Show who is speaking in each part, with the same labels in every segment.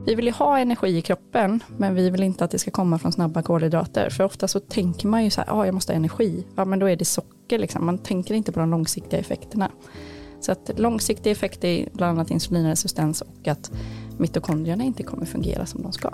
Speaker 1: Vi vill ju ha energi i kroppen, men vi vill inte att det ska komma från snabba kolhydrater. För ofta så tänker man ju så här, jag måste ha energi. Ja, men då är det socker liksom. Man tänker inte på de långsiktiga effekterna. Så att långsiktiga effekter är bland annat insulinresistens och att mitokondrierna inte kommer fungera som de ska.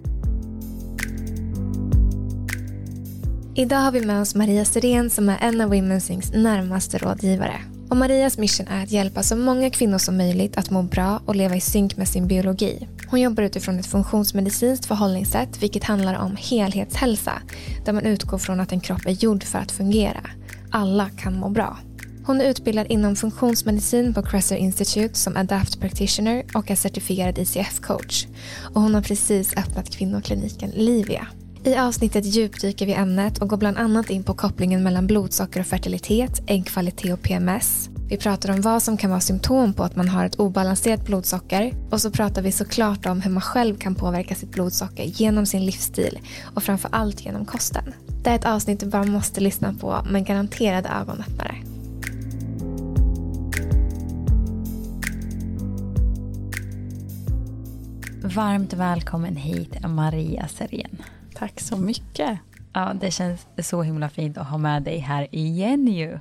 Speaker 2: Idag har vi med oss Maria Syrén som är en av Women's Incs närmaste rådgivare. Och Marias mission är att hjälpa så många kvinnor som möjligt att må bra och leva i synk med sin biologi. Hon jobbar utifrån ett funktionsmedicinskt förhållningssätt, vilket handlar om helhetshälsa, där man utgår från att en kropp är gjord för att fungera. Alla kan må bra. Hon är utbildad inom funktionsmedicin på Kresser Institute som Adapt Practitioner och är certifierad ICF-coach. Och hon har precis öppnat kvinnokliniken Livia. I avsnittet djupdyker vi ämnet och går bland annat in på kopplingen mellan blodsocker och fertilitet, äggkvalitet och PMS. Vi pratar om vad som kan vara symptom på att man har ett obalanserat blodsocker. Och så pratar vi såklart om hur man själv kan påverka sitt blodsocker genom sin livsstil och framför allt genom kosten. Det är ett avsnitt du bara måste lyssna på med garanterade ögonöppnare.
Speaker 3: Varmt välkommen hit Maria Syrén.
Speaker 1: Tack så mycket.
Speaker 3: Ja, det känns så himla fint att ha med dig här igen ju.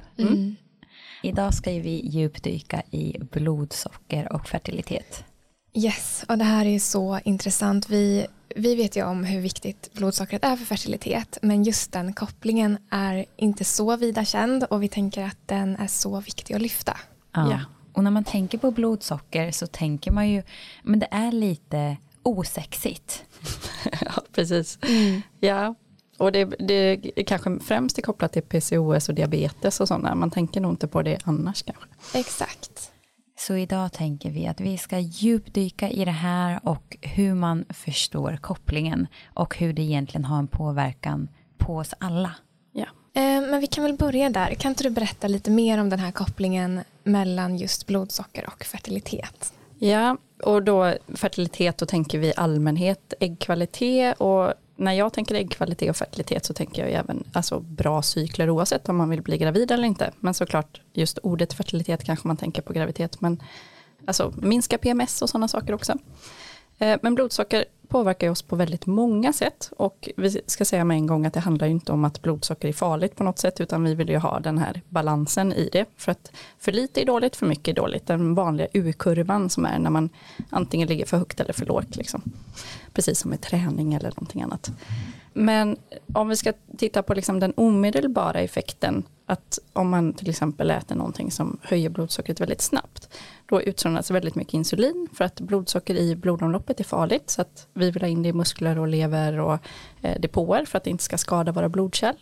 Speaker 3: Idag ska vi djupdyka i blodsocker och fertilitet.
Speaker 2: Yes, och det här är så intressant. Vi vet ju om hur viktigt blodsockret är för fertilitet, men just den kopplingen är inte så vida känd och vi tänker att den är så viktig att lyfta.
Speaker 3: Ja. Och när man tänker på blodsocker så tänker man ju, men det är lite osexigt.
Speaker 1: Ja, precis. Ja, och det kanske främst är kopplat till PCOS och diabetes och sådana. Man tänker nog inte på det annars kanske.
Speaker 2: Exakt.
Speaker 3: Så idag tänker vi att vi ska djupdyka i det här och hur man förstår kopplingen och hur det egentligen har en påverkan på oss alla.
Speaker 1: Ja.
Speaker 2: Men vi kan väl börja där. Kan inte du berätta lite mer om den här kopplingen mellan just blodsocker och fertilitet?
Speaker 1: Ja, och då fertilitet, då tänker vi allmänhet, äggkvalitet, och när jag tänker äggkvalitet och fertilitet så tänker jag ju även alltså bra cykler oavsett om man vill bli gravid eller inte. Men såklart just ordet fertilitet kanske man tänker på graviditet, men alltså minska PMS och sådana saker också. Men blodsocker påverkar oss på väldigt många sätt, och vi ska säga med en gång att det handlar ju inte om att blodsocker är farligt på något sätt, utan vi vill ju ha den här balansen i det, för att för lite är dåligt, för mycket är dåligt, den vanliga U-kurvan som är när man antingen ligger för högt eller för lågt liksom. Precis som med träning eller någonting annat. Men om vi ska titta på liksom den omedelbara effekten, att om man till exempel äter någonting som höjer blodsockret väldigt snabbt, då utsöndras väldigt mycket insulin, för att blodsocker i blodomloppet är farligt, så att vi vill ha in det i muskler och lever och depåer för att det inte ska skada våra blodkärl.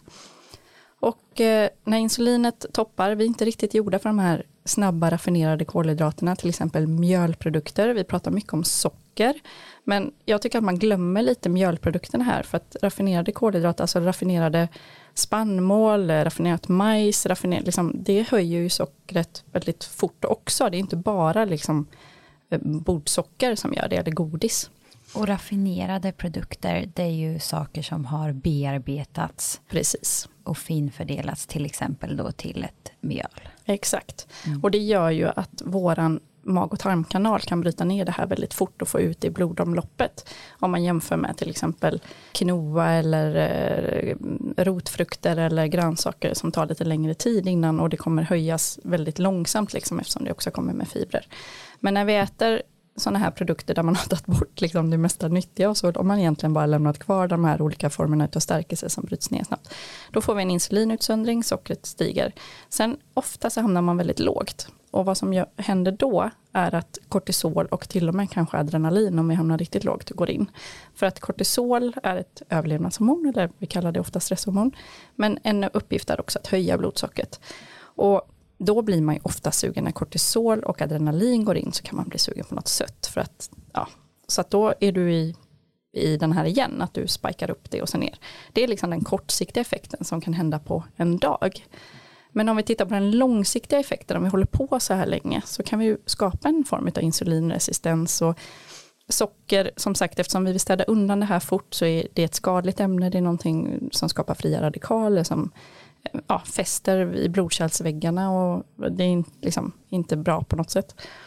Speaker 1: Och när insulinet toppar, vi är inte riktigt gjorda för de här snabba raffinerade kolhydraterna, till exempel mjölprodukter. Vi pratar mycket om socker, men jag tycker att man glömmer lite mjölprodukterna här, för att raffinerade kolhydrater, alltså raffinerade spannmål, raffinerat majs, liksom, det höjer ju sockret väldigt fort också. Det är inte bara liksom bordsocker som gör det, eller godis.
Speaker 3: Och raffinerade produkter, det är ju saker som har bearbetats.
Speaker 1: Precis.
Speaker 3: Och finfördelats till exempel då till ett mjöl.
Speaker 1: Exakt. Och det gör ju att våran mag- och tarmkanal kan bryta ner det här väldigt fort och få ut det i blodomloppet. Om man jämför med till exempel quinoa eller rotfrukter eller grönsaker som tar lite längre tid innan, och det kommer höjas väldigt långsamt liksom, eftersom det också kommer med fibrer. Men när vi äter sådana här produkter där man har tagit bort liksom det mesta nyttiga, och så om man egentligen bara lämnat kvar de här olika formerna av stärkelse som bryts ner snabbt, då får vi en insulinutsöndring, sockret stiger. Sen ofta så hamnar man väldigt lågt, och vad som händer då är att kortisol och till och med kanske adrenalin, om vi hamnar riktigt lågt, går in. För att kortisol är ett överlevnadshormon, eller vi kallar det ofta stresshormon, men en uppgift är också att höja blodsockret. Och då blir man ju ofta sugen när kortisol och adrenalin går in, så kan man bli sugen på något sött, för att, ja, så att då är du i den här igen, att du spikar upp det och sen ner. Det är liksom den kortsiktiga effekten som kan hända på en dag. Men om vi tittar på den långsiktiga effekten, om vi håller på så här länge, så kan vi ju skapa en form av insulinresistens, och socker, som sagt, eftersom vi vill städa undan det här fort, så är det ett skadligt ämne. Det är någonting som skapar fria radikaler som fäster i blodkärlsväggarna, och det är liksom inte bra på något sätt.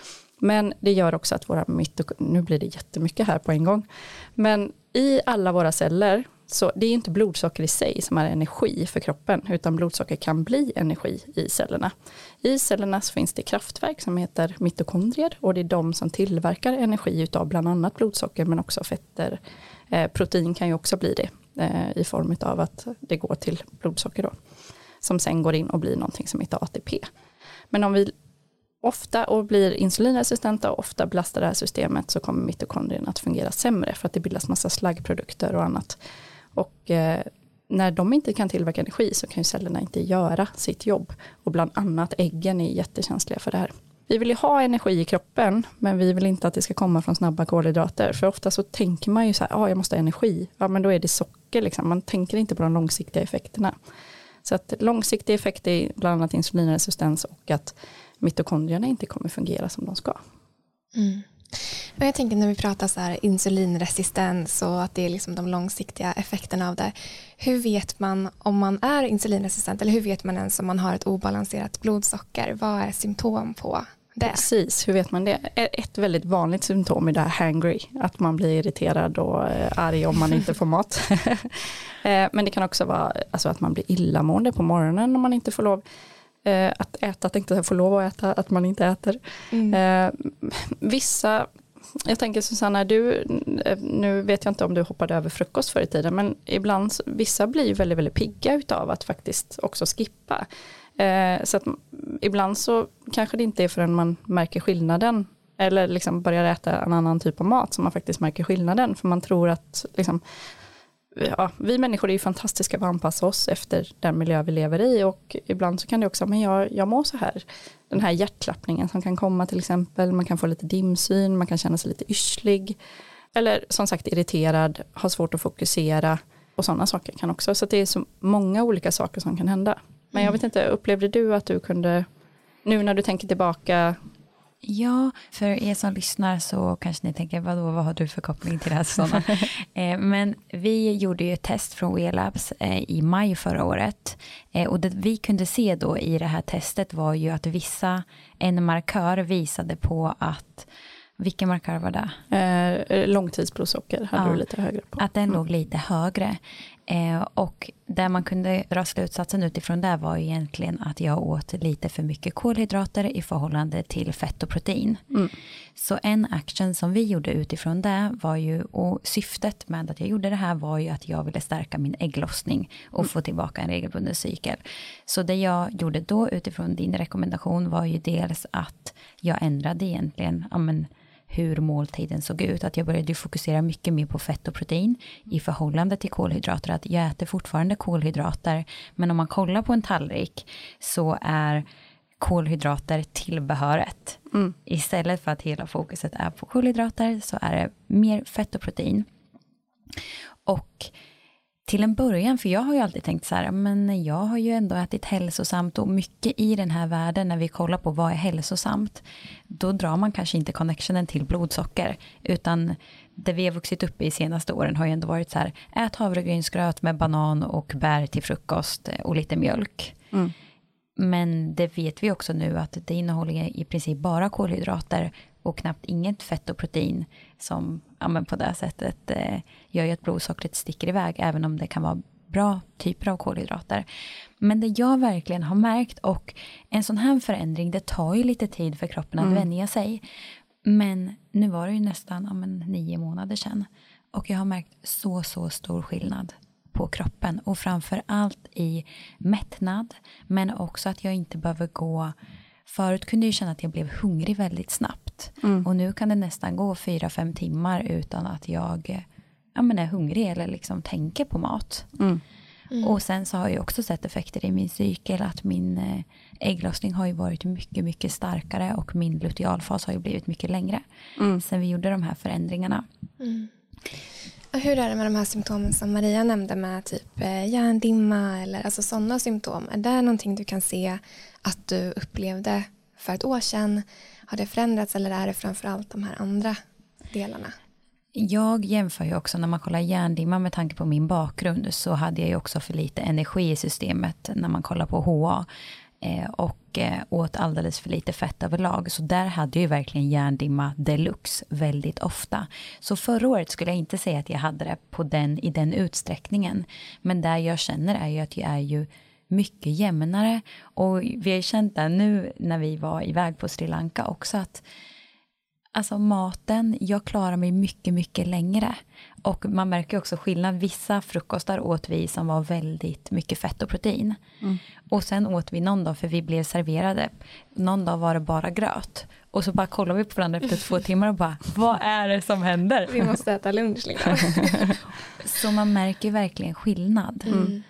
Speaker 1: Men det gör också att våra nu blir det jättemycket här på en gång. Men i alla våra celler, så det är inte blodsocker i sig som är energi för kroppen, utan blodsocker kan bli energi i cellerna. I cellerna så finns det kraftverk som heter mitokondrier, och det är de som tillverkar energi utav bland annat blodsocker, men också fetter. Protein kan ju också bli det i form av att det går till blodsocker då, som sen går in och blir någonting som heter ATP. Men om vi ofta och blir insulinresistenta och ofta belastar det här systemet, så kommer mitokondrierna att fungera sämre, för att det bildas massa slaggprodukter och annat. Och när de inte kan tillverka energi så kan ju cellerna inte göra sitt jobb. Och bland annat äggen är jättekänsliga för det här. Vi vill ju ha energi i kroppen, men vi vill inte att det ska komma från snabba kolhydrater. För ofta så tänker man ju så här, jag måste ha energi. Ja, men då är det socker liksom. Man tänker inte på de långsiktiga effekterna. Så att långsiktig effekt är bland annat insulinresistens och att mitokondrierna inte kommer fungera som de ska.
Speaker 2: Mm. Och jag tänker när vi pratar så här insulinresistens och att det är liksom de långsiktiga effekterna av det. Hur vet man om man är insulinresistent, eller hur vet man ens om man har ett obalanserat blodsocker? Vad är symptom på det?
Speaker 1: Precis, hur vet man det? Ett väldigt vanligt symptom är det här hangry, att man blir irriterad och arg om man inte får mat. Men det kan också vara alltså att man blir illamående på morgonen om man inte får lov att äta, att inte få lov att äta, att man inte äter. Vissa, jag tänker Susanna, nu vet jag inte om du hoppade över frukost förr i tiden, men ibland, vissa blir väldigt, väldigt pigga utav att faktiskt också skippa. Så att ibland så kanske det inte är förrän man märker skillnaden, eller liksom börjar äta en annan typ av mat som man faktiskt märker skillnaden, för man tror att liksom, vi människor är ju fantastiska på att anpassa oss efter den miljö vi lever i, och ibland så kan det också, men jag mår så här. Den här hjärtklappningen som kan komma till exempel, man kan få lite dimsyn, man kan känna sig lite yrslig, eller som sagt irriterad, ha svårt att fokusera, och sådana saker kan också, så att det är så många olika saker som kan hända. Men jag vet inte, upplevde du att du kunde, nu när du tänker tillbaka?
Speaker 3: Ja, för er som lyssnar så kanske ni tänker, vad har du för koppling till det här sådana? Men vi gjorde ju ett test från WeLabs i maj förra året. Och det vi kunde se då i det här testet var ju att en markör visade på att, vilken markör var det?
Speaker 1: Långtidsblodsocker hade du lite högre på.
Speaker 3: Att den låg lite högre. Och där man kunde dra slutsatsen utifrån det var ju egentligen att jag åt lite för mycket kolhydrater i förhållande till fett och protein. Så en action som vi gjorde utifrån det var ju, och syftet med att jag gjorde det här var ju att jag ville stärka min ägglossning och få tillbaka en regelbunden cykel. Så det jag gjorde då utifrån din rekommendation var ju dels att jag ändrade egentligen, hur måltiden såg ut. Att jag började fokusera mycket mer på fett och protein i förhållande till kolhydrater. Att jag äter fortfarande kolhydrater, men om man kollar på en tallrik så är kolhydrater tillbehöret. Istället för att hela fokuset är på kolhydrater så är det mer fett och protein. Och till en början, för jag har ju alltid tänkt så här, men jag har ju ändå ätit hälsosamt, och mycket i den här världen när vi kollar på vad är hälsosamt, då drar man kanske inte connectionen till blodsocker, utan det vi har vuxit upp i senaste åren har ju ändå varit så här, ät havregrynsgröt med banan och bär till frukost och lite mjölk. Men det vet vi också nu att det innehåller i princip bara kolhydrater och knappt inget fett och protein som på det sättet gör ju att blodsockret sticker iväg, även om det kan vara bra typer av kolhydrater. Men det jag verkligen har märkt, och en sån här förändring, det tar ju lite tid för kroppen att vänja sig. Men nu var det ju nästan 9 månader sedan, och jag har märkt så stor skillnad på kroppen, och framför allt i mättnad, men också att jag inte behöver gå. Förut kunde jag känna att jag blev hungrig väldigt snabbt. Och nu kan det nästan gå 4-5 timmar utan att jag är hungrig eller liksom tänker på mat. Och sen så har jag också sett effekter i min cykel, att min ägglossning har ju varit mycket, mycket starkare, och min lutealfas har ju blivit mycket längre sen vi gjorde de här förändringarna.
Speaker 2: Och hur är det med de här symptomen som Maria nämnde, med typ hjärndimma eller alltså sådana symptom? Är det någonting du kan se att du upplevde för ett år sedan? Har det förändrats, eller är det framförallt de här andra delarna?
Speaker 3: Jag jämför ju också, när man kollar hjärndimma, med tanke på min bakgrund, så hade jag ju också för lite energi i systemet när man kollar på HA. och åt alldeles för lite fett överlag. Så där hade jag ju verkligen hjärndimma deluxe väldigt ofta. Så förra året skulle jag inte säga att jag hade det i den utsträckningen. Men där jag känner är ju att jag är ju mycket jämnare. Och vi har känt det nu när vi var iväg på Sri Lanka också att alltså maten, jag klarar mig mycket, mycket längre. Och man märker också skillnad. Vissa frukostar åt vi som var väldigt mycket fett och protein. Och sen åt vi någon dag, för vi blev serverade. Någon dag var det bara gröt. Och så bara kollar vi på varandra efter 2 timmar och bara, vad är det som händer?
Speaker 2: Vi måste äta lunch liksom.
Speaker 1: Så man märker verkligen skillnad.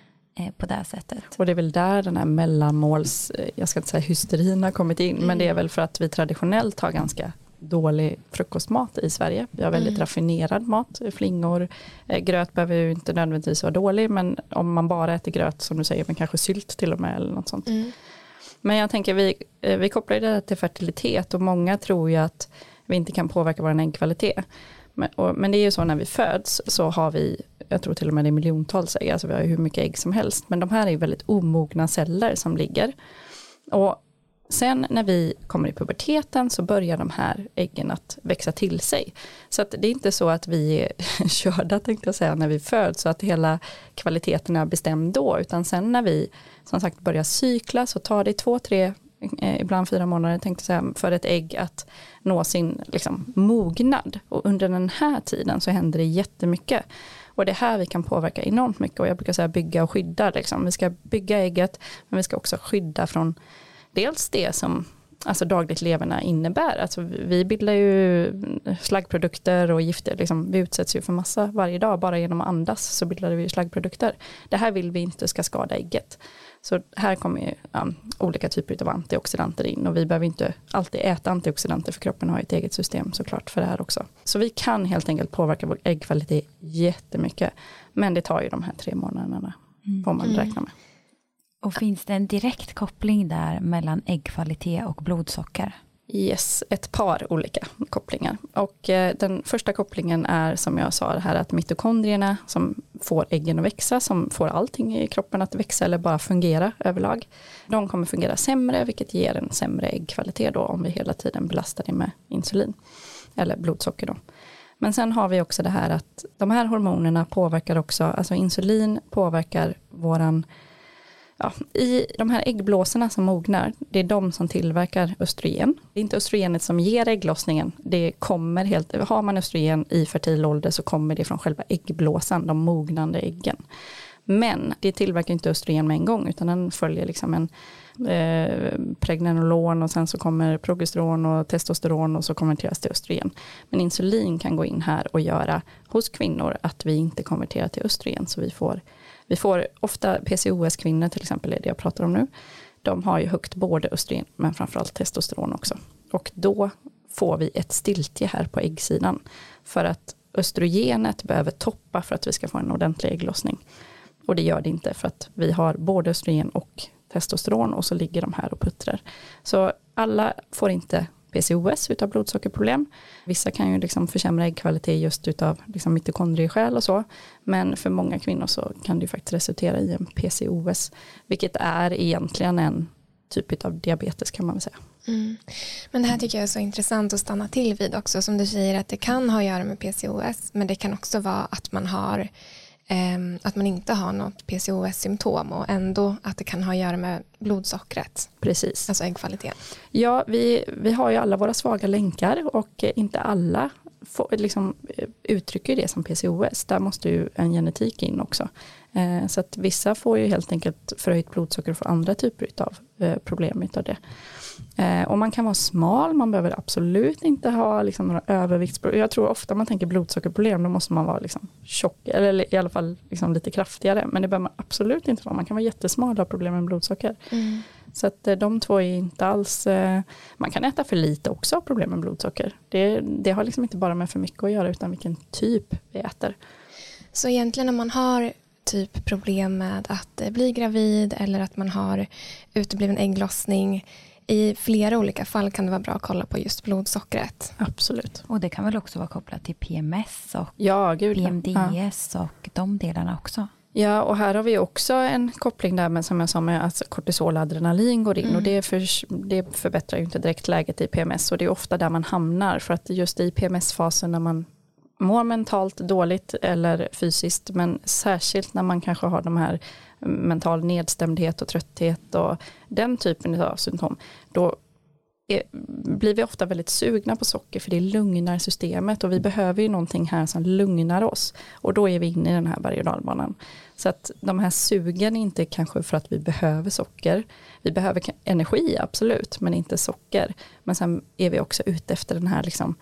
Speaker 1: På det här sättet. Och det är väl där den här mellanmåls, jag ska inte säga hysterin har kommit in, men det är väl för att vi traditionellt har ganska dålig frukostmat i Sverige. Vi har väldigt raffinerad mat, flingor, gröt behöver ju inte nödvändigtvis vara dålig, men om man bara äter gröt som du säger, men kanske sylt till och med eller något sånt. Men jag tänker vi kopplar det till fertilitet och många tror ju att vi inte kan påverka vår äggkvalitet. Men det är ju så när vi föds så har vi, jag tror till och med det är miljontals ägg, alltså vi har ju hur mycket ägg som helst, men de här är ju väldigt omogna celler som ligger. Och sen när vi kommer i puberteten så börjar de här äggen att växa till sig. Så att det är inte så att vi är körda, tänkte jag säga, när vi föds så att hela kvaliteten är bestämd då, utan sen när vi som sagt börjar cykla så tar det 2-3 ibland 4 månader tänkte jag säga, för ett ägg att nå sin liksom, mognad. Och under den här tiden så händer det jättemycket. Och det är här vi kan påverka enormt mycket. Och jag brukar säga bygga och skydda. Liksom. Vi ska bygga ägget, men vi ska också skydda från dels det som alltså dagligt leverne innebär. Alltså vi bildar ju slaggprodukter och gifter. Liksom, vi utsätts ju för massa varje dag. Bara genom att andas så bildar vi slaggprodukter. Det här vill vi inte ska skada ägget. Så här kommer ju olika typer av antioxidanter in. Och vi behöver inte alltid äta antioxidanter för kroppen har ett eget system såklart för det här också. Så vi kan helt enkelt påverka vår äggkvalitet jättemycket. Men det tar ju de här 3 månaderna får man räkna med.
Speaker 3: Och finns det en direkt koppling där mellan äggkvalitet och blodsocker?
Speaker 1: Yes, ett par olika kopplingar. Och den första kopplingen är som jag sa det här att mitokondrierna som får äggen att växa, som får allting i kroppen att växa eller bara fungera överlag. De kommer fungera sämre vilket ger en sämre äggkvalitet då om vi hela tiden belastar det med insulin eller blodsocker då. Men sen har vi också det här att de här hormonerna påverkar också, alltså insulin påverkar våran i de här äggblåsorna som mognar, det är de som tillverkar östrogen. Det är inte östrogenet som ger ägglossningen. Det kommer har man östrogen i fertil ålder så kommer det från själva äggblåsan, de mognande äggen. Men det tillverkar inte östrogen med en gång utan den följer liksom en pregnenolon och sen så kommer progesteron och testosteron och så konverteras till östrogen. Men insulin kan gå in här och göra hos kvinnor att vi inte konverterar till östrogen så vi får ofta PCOS-kvinnor till exempel är det jag pratar om nu. De har ju högt både östrogen men framförallt testosteron också. Och då får vi ett stiltje här på äggsidan. För att östrogenet behöver toppa för att vi ska få en ordentlig ägglossning. Och det gör det inte för att vi har både östrogen och testosteron och så ligger de här och puttrar. Så alla får inte PCOS utav blodsockerproblem. Vissa kan ju liksom försämra äggkvalitet just utav liksom mitokondrieskäl och så. Men för många kvinnor så kan det ju faktiskt resultera i en PCOS. Vilket är egentligen en typ av diabetes kan man väl säga.
Speaker 2: Men det här tycker jag är så intressant att stanna till vid också. Som du säger att det kan ha att göra med PCOS. Men det kan också vara att man har att man inte har något PCOS-symptom och ändå att det kan ha att göra med blodsockret.
Speaker 1: Precis.
Speaker 2: Alltså äggkvaliteten.
Speaker 1: Ja, vi har ju alla våra svaga länkar och inte alla liksom uttrycker det som PCOS. Där måste ju en genetik in också. Så att vissa får ju helt enkelt förhöjt blodsocker och får andra typer av problem utav det. Och man kan vara smal, man behöver absolut inte ha liksom några överviktsproblem. Jag tror ofta man tänker blodsockerproblem, då måste man vara liksom tjock eller i alla fall liksom lite kraftigare. Men det behöver man absolut inte vara, man kan vara jättesmal och ha problem med blodsocker. Så att de två är inte alls, man kan äta för lite också, problem med blodsocker. Det har liksom inte bara med för mycket att göra utan vilken typ vi äter.
Speaker 2: Så egentligen om man har typ problem med att bli gravid eller att man har utebliven ägglossning, i flera olika fall kan det vara bra att kolla på just blodsockret.
Speaker 1: Absolut.
Speaker 3: Och det kan väl också vara kopplat till PMS och
Speaker 1: PMDS
Speaker 3: och de delarna också.
Speaker 1: Ja, och här har vi också en koppling där med, som jag sa, med att kortisol och adrenalin går in och det förbättrar ju inte direkt läget i PMS, och det är ofta där man hamnar, för att just i PMS-fasen när man mår mentalt dåligt eller fysiskt, men särskilt när man kanske har de här mental nedstämdhet och trötthet och den typen av symptom, då blir vi ofta väldigt sugna på socker, för det lugnar systemet och vi behöver ju någonting här som lugnar oss, och då är vi inne i den här berg- och dalbanan. Så att de här sugen är inte kanske för att vi behöver socker, vi behöver energi absolut, men inte socker, men sen är vi också ute efter den här liksom,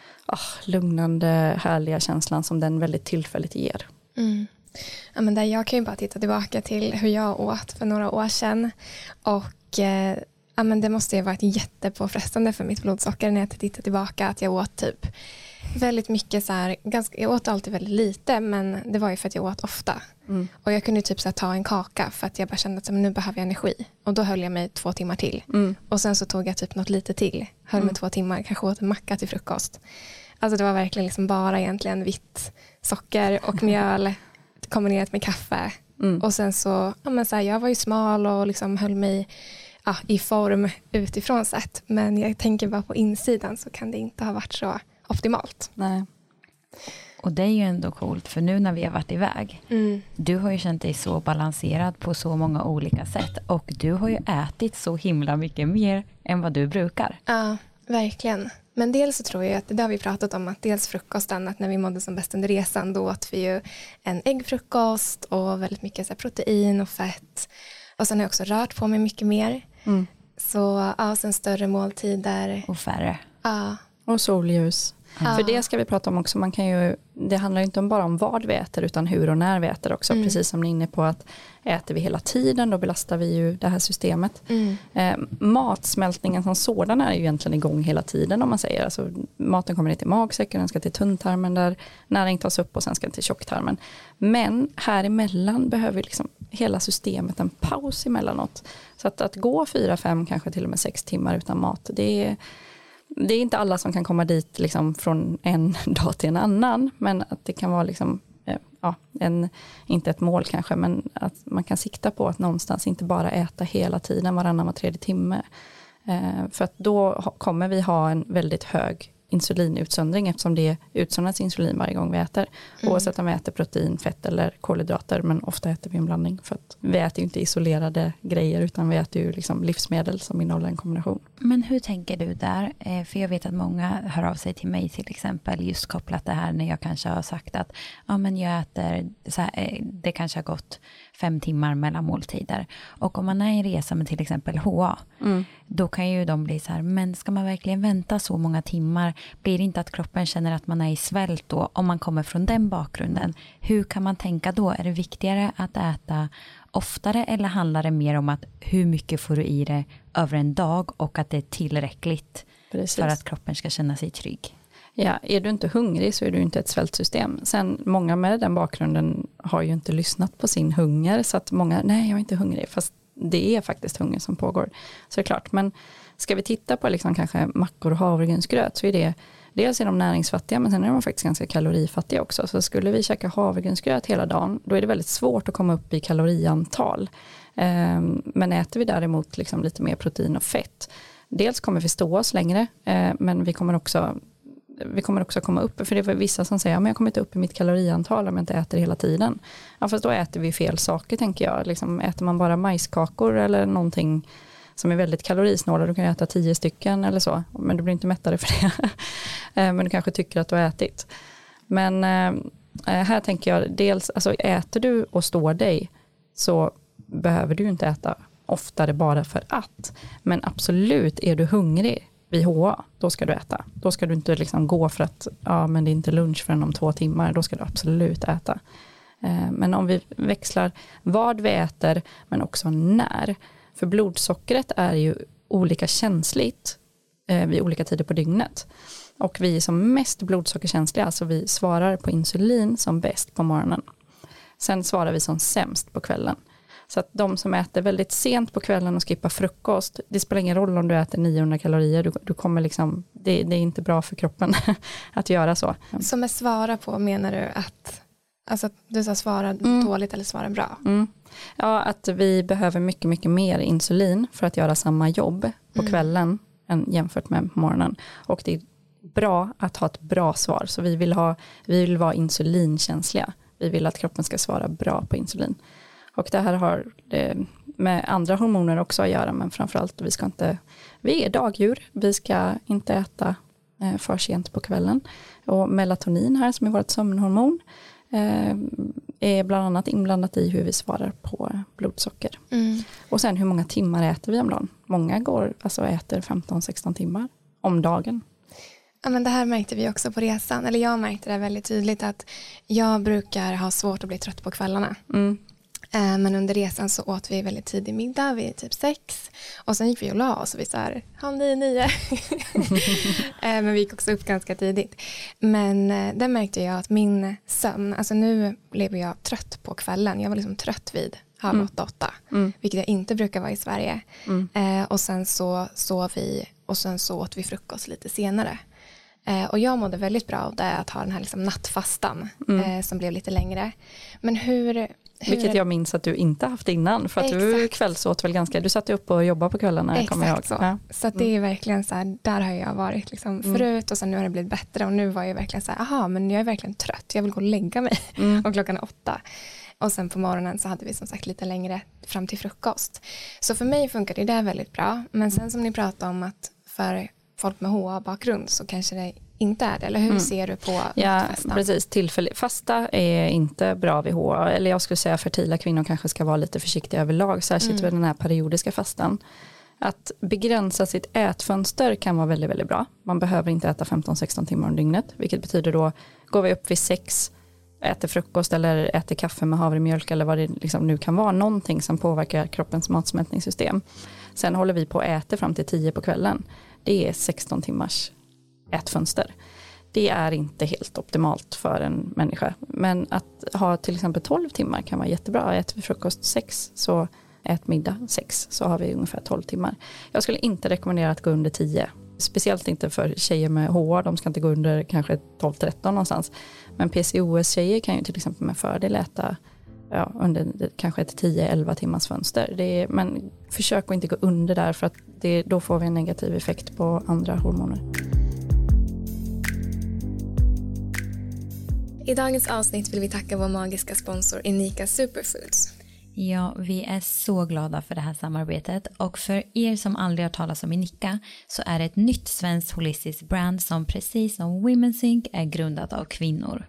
Speaker 1: lugnande härliga känslan som den väldigt tillfälligt ger.
Speaker 2: Ja, men där jag kan ju bara titta tillbaka till hur jag åt för några år sedan, och ja, men det måste ju ha varit jättepåfrestande för mitt blodsocker när jag tittar tillbaka, att jag åt typ väldigt mycket så här, jag åt alltid väldigt lite, men det var ju för att jag åt ofta. Och jag kunde typ så här, ta en kaka för att jag bara kände att nu behöver jag energi, och då höll jag mig 2 timmar till. Och sen så tog jag typ något lite till, höll mig 2 timmar, kanske åt en macka till frukost. Alltså det var verkligen liksom bara egentligen vitt socker och mjöl kombinerat med kaffe. Och sen så, ja, men så här, jag var ju smal och liksom höll mig i form utifrån sett, men jag tänker bara på insidan så kan det inte ha varit så optimalt.
Speaker 1: Nej.
Speaker 3: Och det är ju ändå coolt, för nu när vi har varit iväg, du har ju känt dig så balanserad på så många olika sätt, och du har ju ätit så himla mycket mer än vad du brukar.
Speaker 2: Ja, verkligen. Men dels så tror jag att det har vi pratat om, att dels frukosten, att när vi mådde som bäst under resan, då åt vi ju en äggfrukost och väldigt mycket så här protein och fett. Och sen har jag också rört på mig mycket mer. Så sen större måltider.
Speaker 3: Och färre.
Speaker 2: Ja.
Speaker 1: Och solljus. För det ska vi prata om också. Man kan ju, det handlar ju inte bara om vad vi äter, utan hur och när vi äter också. Precis som ni är inne på, att äter vi hela tiden, då belastar vi ju det här systemet. Matsmältningen som sådan är ju egentligen igång hela tiden, om man säger. Alltså, maten kommer ner till magsäcken, den ska till tunntarmen där näring tas upp, och sen ska den till tjocktarmen. Men här emellan behöver liksom hela systemet en paus emellanåt. Så att gå 4-5, kanske till och med 6 timmar utan mat, det är inte alla som kan komma dit liksom från en dag till en annan, men att det kan vara liksom, inte ett mål kanske, men att man kan sikta på att någonstans inte bara äta hela tiden, var tredje timme. För att då kommer vi ha en väldigt hög insulinutsöndring, eftersom det utsöndras insulin varje gång vi äter. Oavsett om vi äter protein, fett eller kolhydrater, men ofta äter vi en blandning, för att vi äter ju inte isolerade grejer, utan vi äter ju liksom livsmedel som innehåller en kombination.
Speaker 3: Men hur tänker du där? För jag vet att många hör av sig till mig till exempel, just kopplat det här när jag kanske har sagt att men jag äter så här, det kanske har gått 5 timmar mellan måltider. Och om man är i resa med till exempel HA, då kan ju de bli så här, men ska man verkligen vänta så många timmar? Blir det inte att kroppen känner att man är i svält då, om man kommer från den bakgrunden? Hur kan man tänka då? Är det viktigare att äta oftare, eller handlar det mer om att hur mycket får du i det över en dag, och att det är tillräckligt för att kroppen ska känna sig trygg?
Speaker 1: Ja, är du inte hungrig så är du inte ett svältsystem. Sen många med den bakgrunden har ju inte lyssnat på sin hunger, så att många, nej jag är inte hungrig, fast det är faktiskt hunger som pågår. Så det är klart, men ska vi titta på liksom kanske mackor och havregrynsgröt, så är det, dels är de näringsfattiga, men sen är de faktiskt ganska kalorifattiga också. Så skulle vi käka havregrynsgröt hela dagen, då är det väldigt svårt att komma upp i kaloriantal. Men äter vi däremot liksom lite mer protein och fett, dels kommer vi stå oss längre, men vi kommer också komma upp, för det är vissa som säger, men jag kommer inte upp i mitt kaloriantal om jag inte äter hela tiden. Ja, fast då äter vi fel saker, tänker jag. Liksom, äter man bara majskakor eller någonting som är väldigt kalorisnåla, du kan äta 10 stycken eller så, men du blir inte mättare för det. Men du kanske tycker att du har ätit. Men här tänker jag, dels, alltså äter du och står dig, så behöver du inte äta oftare bara för att. Men absolut, är du hungrig vid HA, då ska du äta. Då ska du inte liksom gå för att men det är inte lunch förrän om 2 timmar. Då ska du absolut äta. Men om vi växlar vad vi äter, men också när. För blodsockret är ju olika känsligt vid olika tider på dygnet. Och vi är som mest blodsockerkänsliga, alltså vi svarar på insulin som bäst på morgonen. Sen svarar vi som sämst på kvällen. Så att de som äter väldigt sent på kvällen och skippar frukost, det spelar ingen roll om du äter 900 kalorier, du kommer liksom, det är inte bra för kroppen att göra så.
Speaker 2: Som är svara på, menar du att Alltså du sa svara dåligt eller svara bra.
Speaker 1: Ja, att vi behöver mycket, mycket mer insulin för att göra samma jobb på kvällen än jämfört med morgonen. Och det är bra att ha ett bra svar. Så vi vill vara insulinkänsliga. Vi vill att kroppen ska svara bra på insulin. Och det här har med andra hormoner också att göra, men framförallt vi är dagdjur. Vi ska inte äta för sent på kvällen. Och melatonin här, som är vårt sömnhormon, är bland annat inblandat i hur vi svarar på blodsocker. Och sen hur många timmar äter vi om dagen? Många äter 15-16 timmar om dagen.
Speaker 2: Ja, men det här märkte vi också på resan. Eller jag märkte det väldigt tydligt att jag brukar ha svårt att bli trött på kvällarna. Men under resan så åt vi väldigt tidig middag vid typ 6. Och sen gick vi och la oss och vi så här, 9. Men vi gick också upp ganska tidigt. Men där märkte jag att min sömn, alltså nu blev jag trött på kvällen. Jag var liksom trött vid 7:30-8. Vilket jag inte brukar vara i Sverige. Och sen så sov vi och sen så åt vi frukost lite senare. Och jag mådde väldigt bra av det, att ha den här liksom nattfastan som blev lite längre. Men vilket jag minns att du inte haft innan, för att du kvällsåt väl ganska, du satt upp och jobbade på kvällarna. Kommer jag ihåg. Så. Ja. Så att det är verkligen så här, där har jag varit liksom förut och sen nu har det blivit bättre och nu var jag verkligen så här, men jag är verkligen trött, jag vill gå och lägga mig och klockan 8. Och sen på morgonen så hade vi som sagt lite längre fram till frukost. Så för mig funkar det väldigt bra, men sen som ni pratade om att för folk med HA-bakgrund så kanske det inte är det, eller hur ser du på nattfastan? Ja, precis. Fasta är inte bra vid HA, eller jag skulle säga fertila kvinnor kanske ska vara lite försiktiga överlag, särskilt vid den här periodiska fastan. Att begränsa sitt ätfönster kan vara väldigt, väldigt bra. Man behöver inte äta 15-16 timmar om dygnet, vilket betyder då, går vi upp vid 6, äter frukost eller äter kaffe med havremjölk eller vad det liksom nu kan vara, någonting som påverkar kroppens matsmältningssystem. Sen håller vi på att äta fram till 10 på kvällen. Det är 16 timmars ätfönster. Det är inte helt optimalt för en människa. Men att ha till exempel 12 timmar kan vara jättebra. Äter vi frukost 6 så ät middag 6 så har vi ungefär 12 timmar. Jag skulle inte rekommendera att gå under 10. Speciellt inte för tjejer med HA. De ska inte gå under kanske 12-13 någonstans. Men PCOS-tjejer kan ju till exempel med fördel äta under kanske ett 10-11 timmars fönster. Men försök att inte gå under där, för att då får vi en negativ effekt på andra hormoner. I dagens avsnitt vill vi tacka vår magiska sponsor Inika Superfoods.
Speaker 3: Ja, vi är så glada för det här samarbetet, och för er som aldrig har talat om Inika så är det ett nytt svenskt holistiskt brand som precis som Women's Inc är grundat av kvinnor.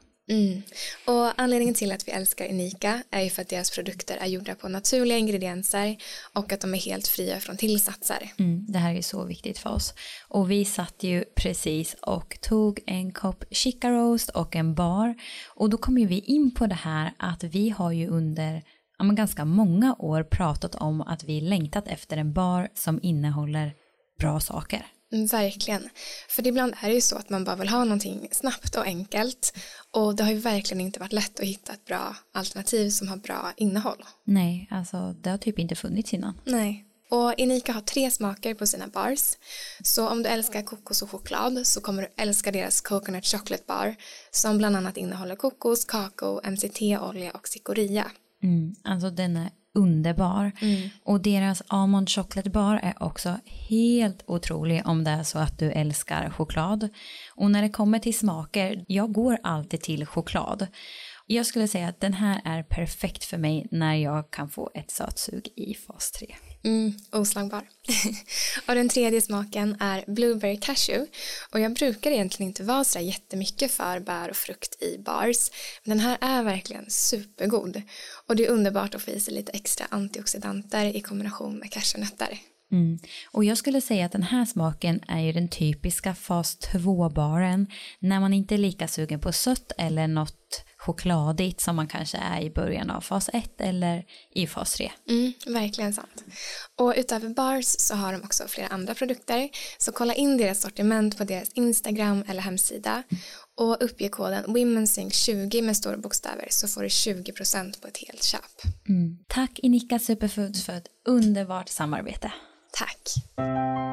Speaker 2: Och anledningen till att vi älskar Inika är ju för att deras produkter är gjorda på naturliga ingredienser och att de är helt fria från tillsatser.
Speaker 3: Det här är så viktigt för oss. Och vi satt ju precis och tog en kopp chica roast och en bar, och då kom ju vi in på det här att vi har ju under ganska många år pratat om att vi längtat efter en bar som innehåller bra saker.
Speaker 2: Verkligen. För ibland är det ju så att man bara vill ha någonting snabbt och enkelt. Och det har ju verkligen inte varit lätt att hitta ett bra alternativ som har bra innehåll.
Speaker 3: Nej, alltså det har typ inte funnits innan.
Speaker 2: Nej. Och Inika har 3 smaker på sina bars. Så om du älskar kokos och choklad så kommer du älska deras coconut chocolate bar. Som bland annat innehåller kokos, kakao, MCT-olja och cikoria.
Speaker 3: Alltså den är underbar. Och deras almond chocolate bar är också helt otrolig om det är så att du älskar choklad. Och när det kommer till smaker, jag går alltid till choklad. Jag skulle säga att den här är perfekt för mig när jag kan få ett sötsug i fas 3.
Speaker 2: Oslagbar. Och den tredje smaken är blueberry cashew. Och jag brukar egentligen inte vara så jättemycket för bär och frukt i bars. Men den här är verkligen supergod. Och det är underbart att få i sig lite extra antioxidanter i kombination med cashewnötter.
Speaker 3: Och jag skulle säga att den här smaken är ju den typiska fas 2-baren. När man inte är lika sugen på sött eller något chokladigt som man kanske är i början av fas 1 eller i fas 3.
Speaker 2: Verkligen sant. Och utöver bars så har de också flera andra produkter. Så kolla in deras sortiment på deras Instagram eller hemsida. Och uppge koden WomenSync20 med stora bokstäver så får du 20% på ett helt köp.
Speaker 3: Tack Inika Superfoods för ett underbart samarbete.
Speaker 2: Tack.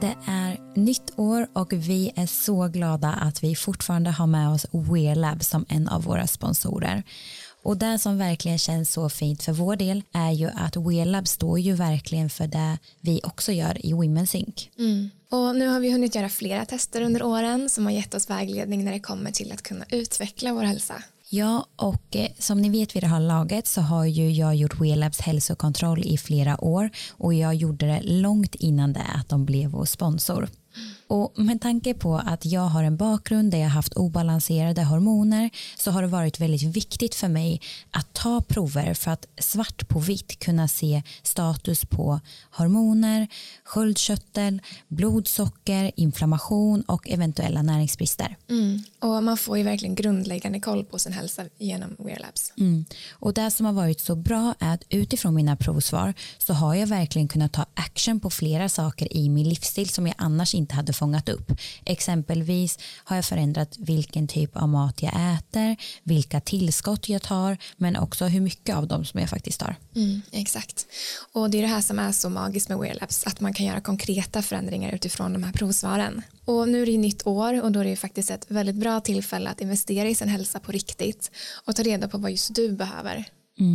Speaker 3: Det är nytt år och vi är så glada att vi fortfarande har med oss Wear Labs som en av våra sponsorer. Och det som verkligen känns så fint för vår del är ju att Wear Labs står ju verkligen för det vi också gör i Women's Inc.
Speaker 2: Och nu har vi hunnit göra flera tester under åren som har gett oss vägledning när det kommer till att kunna utveckla vår hälsa.
Speaker 3: Ja, och som ni vet vid det här laget så har ju jag gjort Wear Labs hälsokontroll i flera år och jag gjorde det långt innan det att de blev vår sponsor. Och med tanke på att jag har en bakgrund där jag haft obalanserade hormoner så har det varit väldigt viktigt för mig att ta prover för att svart på vitt kunna se status på hormoner, sköldkörtel, blodsocker, inflammation och eventuella näringsbrister.
Speaker 2: Och man får ju verkligen grundläggande koll på sin hälsa genom Wear Labs.
Speaker 3: Och det som har varit så bra är att utifrån mina provsvar så har jag verkligen kunnat ta action på flera saker i min livsstil som jag annars inte hade fångat upp. Exempelvis har jag förändrat vilken typ av mat jag äter, vilka tillskott jag tar, men också hur mycket av dem som jag faktiskt tar.
Speaker 2: Exakt. Och det är det här som är så magiskt med Wear Labs, att man kan göra konkreta förändringar utifrån de här provsvaren. Och nu är det ju nytt år och då är det ju faktiskt ett väldigt bra tillfälle att investera i sin hälsa på riktigt och ta reda på vad just du behöver.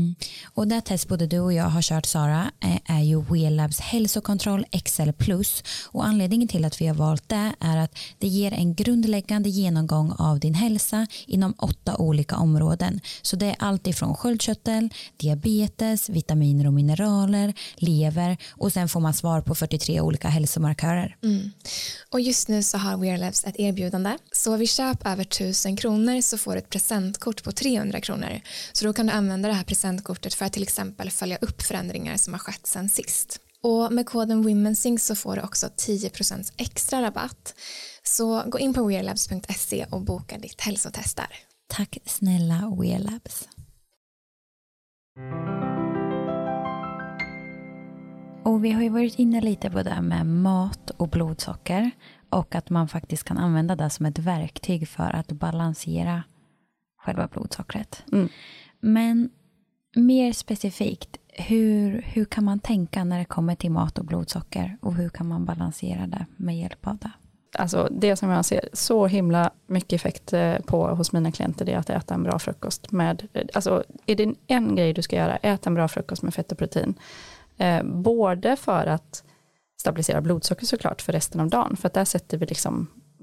Speaker 3: Och det test både du och jag har kört, Sara, är ju Wear Labs hälsokontroll XL+, och anledningen till att vi har valt det är att det ger en grundläggande genomgång av din hälsa inom 8 olika områden. Så det är allt ifrån sköldkörtel, diabetes, vitaminer och mineraler, lever och sen får man svar på 43 olika hälsomarkörer.
Speaker 2: Och just nu så har Wear Labs ett erbjudande. Så vid köp över 1000 kronor så får du ett presentkort på 300 kronor. Så då kan du använda det här presentkortet för att till exempel följa upp förändringar som har skett sedan sist. Och med koden Women's Inc så får du också 10% extra rabatt. Så gå in på wearlabs.se och boka ditt hälsotest där.
Speaker 3: Tack snälla Wear Labs. Och vi har ju varit inne lite på det med mat och blodsocker och att man faktiskt kan använda det som ett verktyg för att balansera själva blodsockret. Men mer specifikt, hur kan man tänka när det kommer till mat och blodsocker och hur kan man balansera det med hjälp av det?
Speaker 1: Alltså det som jag ser så himla mycket effekt på hos mina klienter, det är att äta en bra frukost med, alltså är det en grej du ska göra, äta en bra frukost med fett och protein. Både för att stabilisera blodsocker såklart för resten av dagen, för att där sätter vi liksom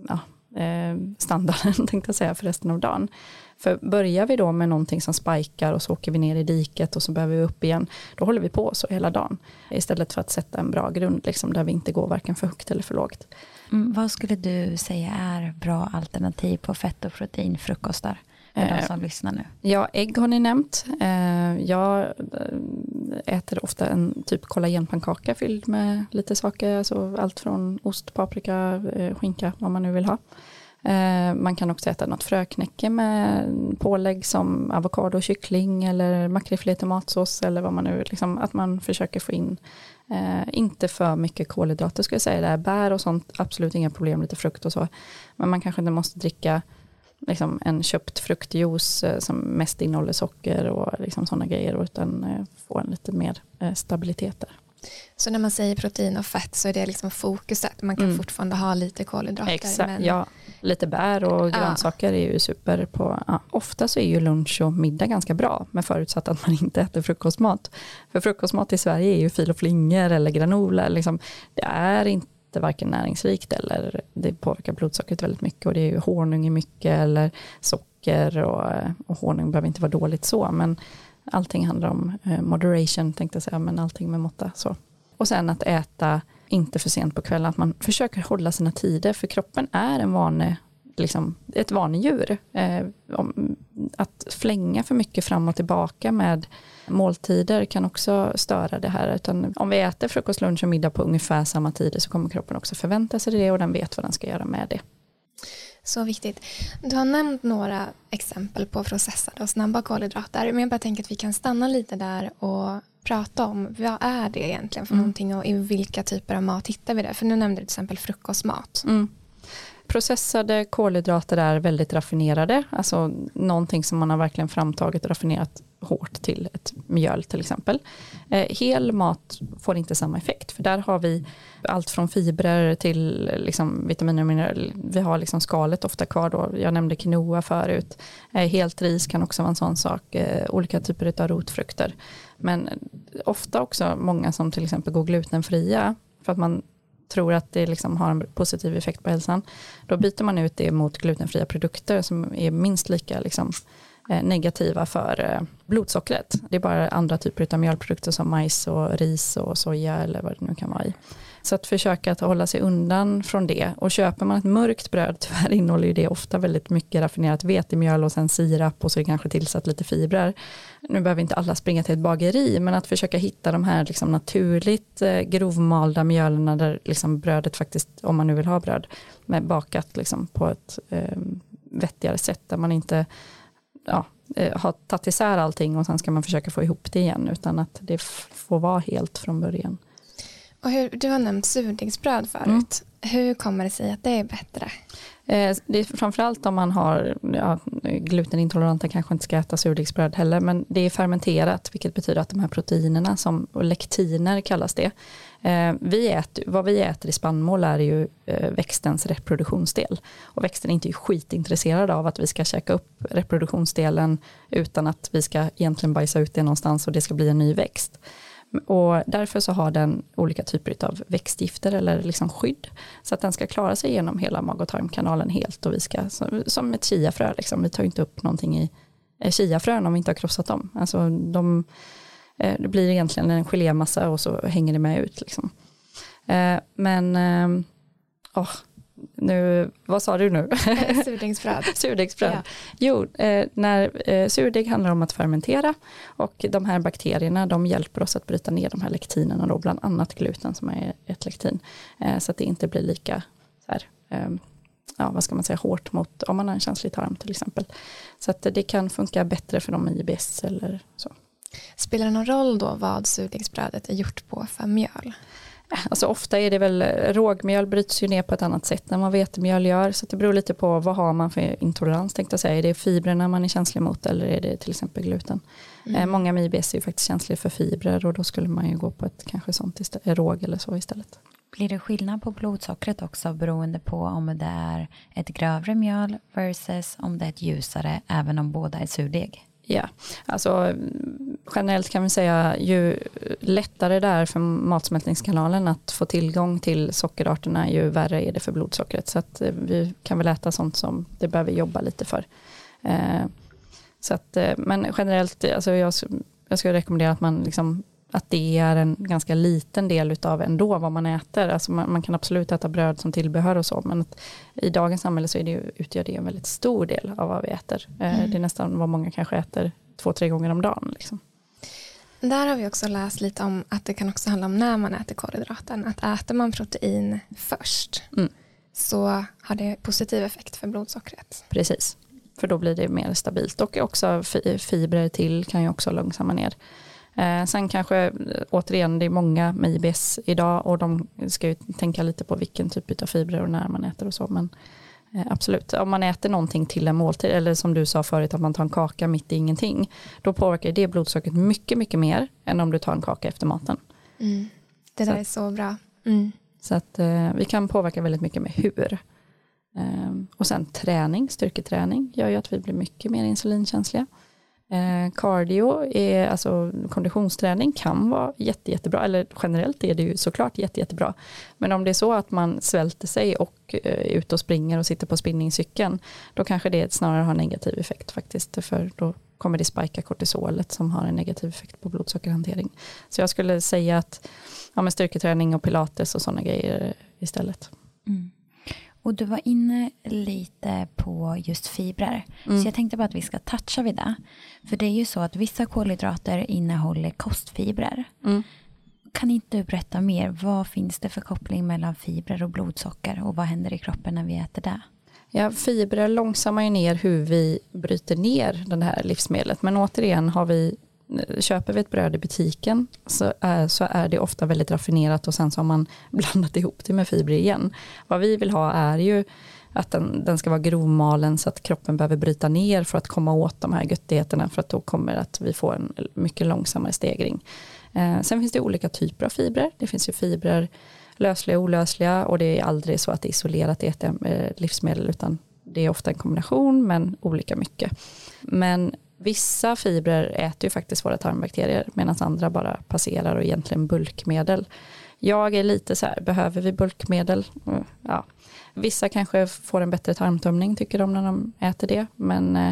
Speaker 1: standarden tänkte jag säga för resten av dagen. För börjar vi då med någonting som spikar och så åker vi ner i diket och så behöver vi upp igen, då håller vi på så hela dagen. Istället för att sätta en bra grund liksom, där vi inte går varken för högt eller för lågt.
Speaker 3: Vad skulle du säga är bra alternativ på fett och protein frukostar för de som lyssnar nu?
Speaker 1: Ja, ägg har ni nämnt. Jag äter ofta en typ kollagenpannkaka fylld med lite saker, alltså allt från ost, paprika, skinka, vad man nu vill ha. Man kan också äta något fröknäcke med pålägg som avokado, kyckling eller makrillfilé tomatsås eller vad man nu liksom, att man försöker få in inte för mycket kolhydrater skulle jag säga. Det är bär och sånt, absolut inga problem, lite frukt och så. Men man kanske inte måste dricka liksom en köpt fruktjuice som mest innehåller socker och liksom sådana grejer, utan få en lite mer stabilitet där.
Speaker 2: Så när man säger protein och fett så är det liksom fokuset. Man kan fortfarande ha lite kolhydrater.
Speaker 1: Exakt,
Speaker 2: men...
Speaker 1: ja. Lite bär och grönsaker är ju super på. Ja. Ofta så är ju lunch och middag ganska bra, men förutsatt att man inte äter frukostmat. För frukostmat i Sverige är ju fil och flingor eller granola. Liksom, det är inte varken näringsrikt eller det påverkar blodsockret väldigt mycket. Och det är ju honung i mycket eller socker och honung behöver inte vara dåligt så, men allting handlar om moderation tänkte jag säga, men allting med måtta så. Och sen att äta inte för sent på kvällen, att man försöker hålla sina tider, för kroppen är ett vanedjur. Att flänga för mycket fram och tillbaka med måltider kan också störa det här. Utan om vi äter frukost, lunch och middag på ungefär samma tider så kommer kroppen också förvänta sig det och den vet vad den ska göra med det.
Speaker 2: Så viktigt. Du har nämnt några exempel på processade och snabba kolhydrater, men jag bara tänker att vi kan stanna lite där och prata om vad är det egentligen för någonting och i vilka typer av mat hittar vi det? För nu nämnde du till exempel frukostmat.
Speaker 1: Processade kolhydrater är väldigt raffinerade, alltså någonting som man har verkligen framtagit och raffinerat hårt till ett mjöl till exempel. Hel mat får inte samma effekt, för där har vi allt från fibrer till liksom vitaminer och mineraler. Vi har liksom skalet ofta kvar då. Jag nämnde quinoa förut. Helt ris kan också vara en sån sak. Olika typer av rotfrukter. Men ofta också många som till exempel går glutenfria för att man tror att det liksom har en positiv effekt på hälsan. Då byter man ut det mot glutenfria produkter som är minst lika liksom negativa för blodsockret. Det är bara andra typer av mjölprodukter som majs och ris och soja eller vad det nu kan vara i. Så att försöka att hålla sig undan från det. Och köper man ett mörkt bröd, tyvärr innehåller ju det ofta väldigt mycket raffinerat vetemjöl och sen sirap och så är det kanske tillsatt lite fibrer. Nu behöver inte alla springa till ett bageri, men att försöka hitta de här liksom naturligt grovmalda mjölerna där liksom brödet faktiskt, om man nu vill ha bröd, med bakat liksom på ett vettigare sätt där man inte har tagit isär allting och sen ska man försöka få ihop det igen, utan att det får vara helt från början.
Speaker 2: Och du har nämnt surdegsbröd förut. Hur kommer det sig att det är bättre?
Speaker 1: Det är framförallt om man har glutenintoleranta kanske inte ska äta surdegsbröd heller, men det är fermenterat, vilket betyder att de här proteinerna och lektiner kallas det. Vad vi äter i spannmål är ju växtens reproduktionsdel, och växten är inte skitintresserad av att vi ska käka upp reproduktionsdelen utan att vi ska egentligen bajsa ut det någonstans och det ska bli en ny växt. Och därför så har den olika typer av växtgifter eller liksom skydd, så att den ska klara sig genom hela mag- och tarmkanalen helt, och vi ska, som ett chiafrö liksom, vi tar inte upp någonting i chiafrön om vi inte har krossat dem. Alltså det blir egentligen en gelémassa och så hänger det med ut liksom. Vad sa du nu?
Speaker 2: Surdegsbröd.
Speaker 1: Surdegsbröd.
Speaker 2: Ja.
Speaker 1: Jo, när surdeg handlar om att fermentera, och de här bakterierna, de hjälper oss att bryta ner de här lektinerna då, bland annat gluten som är ett lektin, så att det inte blir lika så här, vad ska man säga, hårt mot om man har en känslig tarm till exempel. Så att det kan funka bättre för dem med IBS eller så. Spelar
Speaker 2: det någon roll då vad surdegsbrödet är gjort på för mjöl?
Speaker 1: Alltså ofta är det väl, rågmjöl bryts ju ner på ett annat sätt än vad vetemjöl gör, så det beror lite på vad har man för intolerans, tänkte jag säga. Är det fibrerna man är känslig mot eller är det till exempel gluten? Många med IBS är ju faktiskt känsliga för fibrer, och då skulle man ju gå på ett kanske sånt råg eller så istället.
Speaker 3: Blir det skillnad på blodsockret också beroende på om det är ett grövre mjöl versus om det är ett ljusare, även om båda är surdeg?
Speaker 1: Ja, alltså generellt kan vi säga ju lättare det är för matsmältningskanalen att få tillgång till sockerarterna, ju värre är det för blodsockret. Så att vi kan väl äta sånt som det behöver jobba lite för. Så att, men generellt, alltså jag skulle rekommendera att man liksom, att det är en ganska liten del utav ändå vad man äter. Alltså man kan absolut äta bröd som tillbehör och så, men att i dagens samhälle så utgör det en väldigt stor del av vad vi äter. Det är nästan vad många kanske äter 2-3 gånger om dagen. Liksom.
Speaker 2: Där har vi också läst lite om att det kan också handla om när man äter kolhydraten. Att äter man protein först så har det positiv effekt för blodsockret.
Speaker 1: Precis, för då blir det mer stabilt. Och också fibrer till kan ju också långsamma ner. Sen kanske, återigen, det är många med IBS idag, och de ska ju tänka lite på vilken typ av fibrer och när man äter och så, men absolut, om man äter någonting till en måltid, eller som du sa förut att man tar en kaka mitt i ingenting, då påverkar det blodsockret mycket, mycket mer än om du tar en kaka efter maten.
Speaker 2: Det där är så bra.
Speaker 1: Så att vi kan påverka väldigt mycket med hur. Och sen styrketräning gör ju att vi blir mycket mer insulinkänsliga. Cardio, alltså konditionsträning, kan vara jättebra, eller generellt är det ju såklart jättebra, men om det är så att man svälter sig och är ute och springer och sitter på spinningcykeln, då kanske det snarare har negativ effekt faktiskt, för då kommer det spika kortisolet som har en negativ effekt på blodsockerhantering. Så jag skulle säga att med styrketräning och pilates och sådana grejer istället.
Speaker 3: Och du var inne lite på just fibrer. Så jag tänkte bara att vi ska toucha vid det. För det är ju så att vissa kolhydrater innehåller kostfibrer. Kan inte du berätta mer? Vad finns det för koppling mellan fibrer och blodsocker? Och vad händer i kroppen när vi äter det?
Speaker 1: Ja, fibrer långsammar ju ner hur vi bryter ner det här livsmedlet. Men återigen, har vi köper vi ett bröd i butiken så är det ofta väldigt raffinerat och sen så har man blandat ihop det med fibrer igen. Vad vi vill ha är ju att den ska vara grovmalen så att kroppen behöver bryta ner för att komma åt de här göttigheterna, för att då kommer att vi får en mycket långsammare stegring. Sen finns det olika typer av fibrer. Det finns ju fibrer lösliga och olösliga, och det är aldrig så att det är isolerat i ett livsmedel, utan det är ofta en kombination men olika mycket. Men vissa fibrer äter ju faktiskt våra tarmbakterier medan andra bara passerar och egentligen bulkmedel. Jag är lite så här, behöver vi bulkmedel? Ja. Vissa kanske får en bättre tarmtömning tycker de när de äter det, men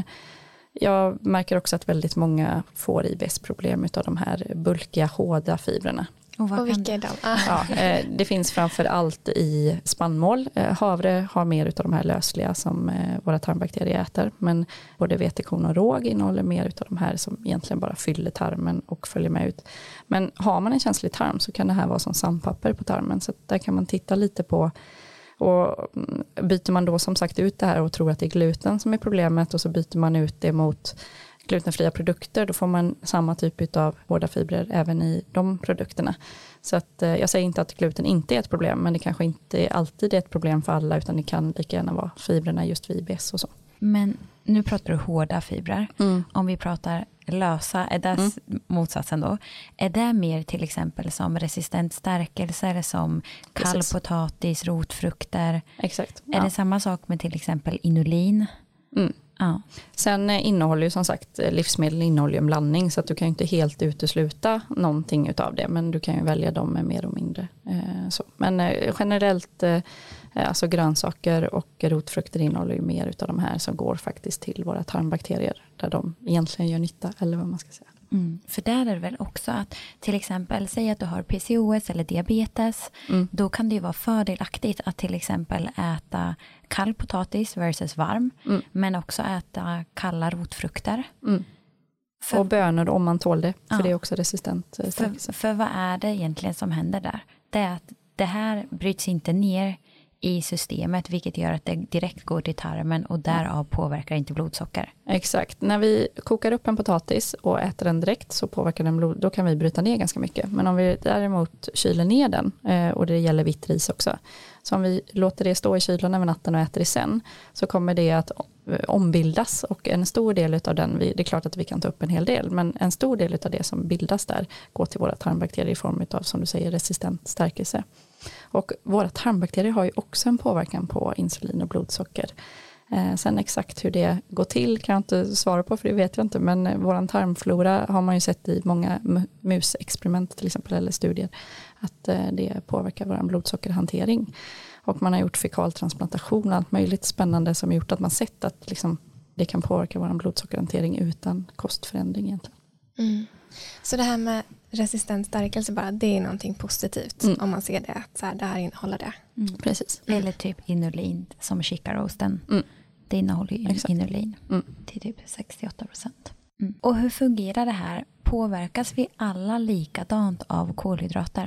Speaker 1: jag märker också att väldigt många får IBS-problem av de här bulkiga, hårda fibrerna.
Speaker 2: Och vilka är de?
Speaker 1: Ja, det finns framför allt i spannmål. Havre har mer av de här lösliga som våra tarmbakterier äter. Men både vetekorn och råg innehåller mer av de här som egentligen bara fyller tarmen och följer med ut. Men har man en känslig tarm så kan det här vara som sandpapper på tarmen. Så där kan man titta lite på. Och byter man då som sagt ut det här och tror att det är gluten som är problemet, och så byter man ut det mot glutenfria produkter, då får man samma typ av hårda fibrer även i de produkterna. Så att jag säger inte att gluten inte är ett problem, men det kanske inte alltid är ett problem för alla, utan det kan lika gärna vara fibrerna just vid IBS och så.
Speaker 3: Men nu pratar du hårda fibrer. Om vi pratar lösa, är det motsatsen då? Är det mer till exempel som resistent stärkelse eller som kall potatis, rotfrukter?
Speaker 1: Exakt.
Speaker 3: Är det samma sak med till exempel inulin? Ja.
Speaker 1: Sen innehåller ju som sagt livsmedel innehåller en blandning, så att du kan ju inte helt utesluta någonting utav det, men du kan ju välja dem med mer och mindre. Så. Men generellt alltså grönsaker och rotfrukter innehåller ju mer utav de här som går faktiskt till våra tarmbakterier där de egentligen gör nytta, eller vad man ska säga.
Speaker 3: För där är det väl också att till exempel säga att du har PCOS eller diabetes, då kan det ju vara fördelaktigt att till exempel äta kall potatis versus varm, men också äta kalla rotfrukter.
Speaker 1: Och bönor om man tål det, för det är också resistent stärkelse.
Speaker 3: För vad är det egentligen som händer där? Det är att det här bryts inte ner i systemet, vilket gör att det direkt går till tarmen och därav påverkar inte blodsocker.
Speaker 1: Exakt. När vi kokar upp en potatis och äter den direkt så påverkar den blod, då kan vi bryta ner ganska mycket. Men om vi däremot kyler ner den, och det gäller vitt ris också, så om vi låter det stå i kylen över natten och äter det sen, så kommer det att ombildas, och en stor del av den, det är klart att vi kan ta upp en hel del, men en stor del av det som bildas där går till våra tarmbakterier i form av, som du säger, resistent stärkelse. Och våra tarmbakterier har ju också en påverkan på insulin och blodsocker. Sen exakt hur det går till kan jag inte svara på, för det vet jag inte, men våran tarmflora har man ju sett i många musexperiment till exempel, eller studier, att det påverkar vår blodsockerhantering. Och man har gjort fekaltransplantation och allt möjligt spännande som har gjort att man sett att liksom, det kan påverka vår blodsockerhantering utan kostförändring egentligen.
Speaker 2: Så det här med resistent stärkelse bara, det är någonting positivt om man ser det, att så här, det här innehåller det.
Speaker 1: Precis.
Speaker 3: Eller typ inulin som chicarosten. Det innehåller ju inulin till typ 68%. Och hur fungerar det här? Påverkas vi alla likadant av kolhydrater?